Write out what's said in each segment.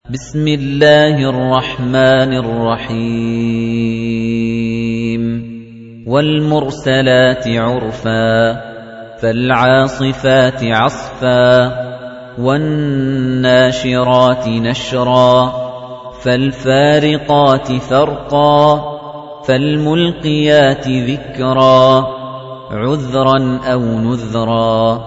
بسم الله الرحمن الرحيم والمرسلات عرفا فالعاصفات عصفا والناشرات نشرا فالفارقات فرقا فالملقيات ذكرا عذرا أو نذرا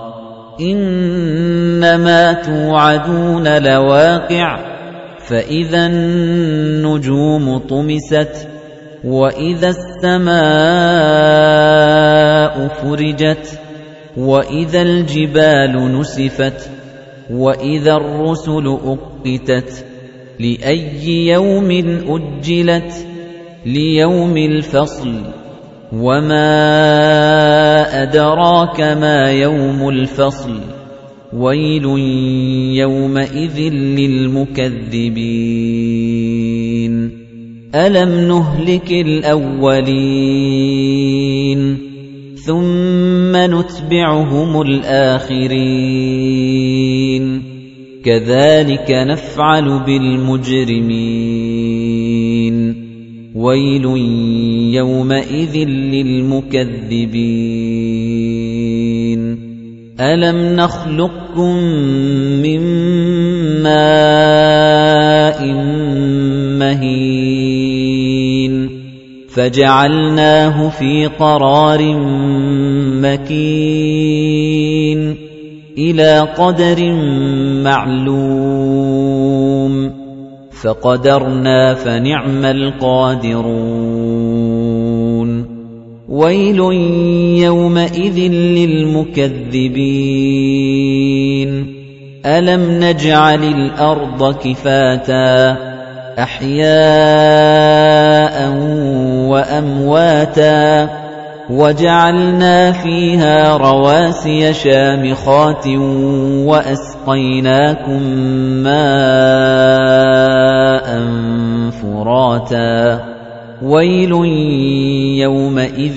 إنما توعدون لواقع فإذا النجوم طمست وإذا السماء فرجت وإذا الجبال نسفت وإذا الرسل أقتت لأي يوم أجلت ليوم الفصل وما أدراك ما يوم الفصل ويل يومئذ للمكذبين ألم نهلك الأولين ثم نتبعهم الآخرين كذلك نفعل بالمجرمين ويل يومئذ للمكذبين ألم نخلقكم من ماء مهين فجعلناه في قرار مكين إلى قدر معلوم فقدرنا فنعم القادرون ويل يومئذ للمكذبين ألم نجعل الأرض كفاتا أحياء وأمواتا وجعلنا فيها رواسي شامخات وأسقيناكم ماء فراتا ويل يومئذ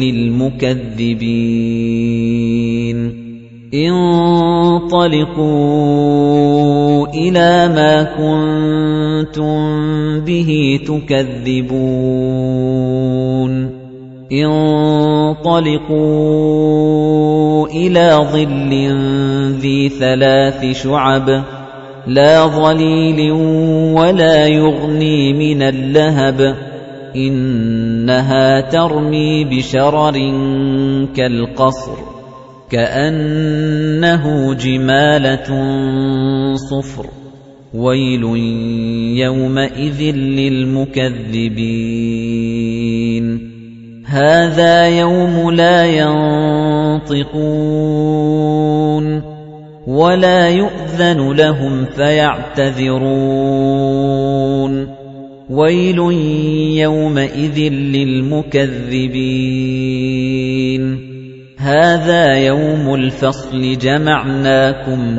للمكذبين انطلقوا إلى ما كنتم به تكذبون انطلقوا إلى ظل ذي 3 شعب لا ظليل ولا يغني من اللهب إنها ترمي بشرر كالقصر كأنه جمالة صفر ويل يومئذ للمكذبين هذا يوم لا ينطقون ولا يؤذن لهم فيعتذرون ويل يومئذ للمكذبين هذا يوم الفصل جمعناكم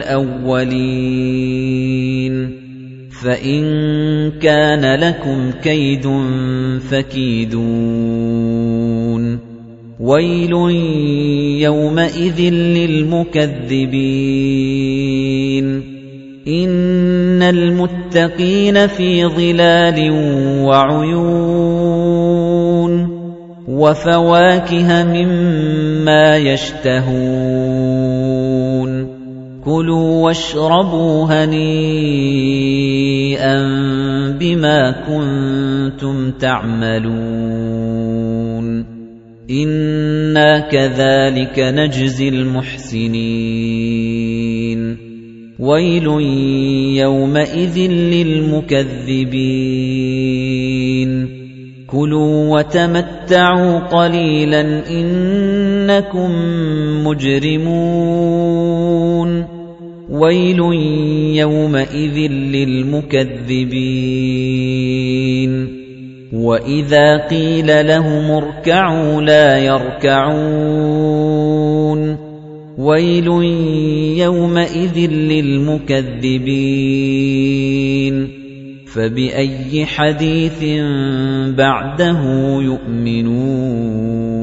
والأولين فإن كان لكم كيد فكيدون ويل يومئذ للمكذبين إن المتقين في ظلال وعيون وفواكه مما يشتهون كلوا واشربوا هنيئا بما كنتم تعملون إنا كذلك نجزي المحسنين ويل يومئذ للمكذبين كلوا وتمتعوا قليلا إنكم مجرمون ويل يومئذ للمكذبين وإذا قيل لهم اركعوا لا يركعون ويل يومئذ للمكذبين فبأي حديث بعده يؤمنون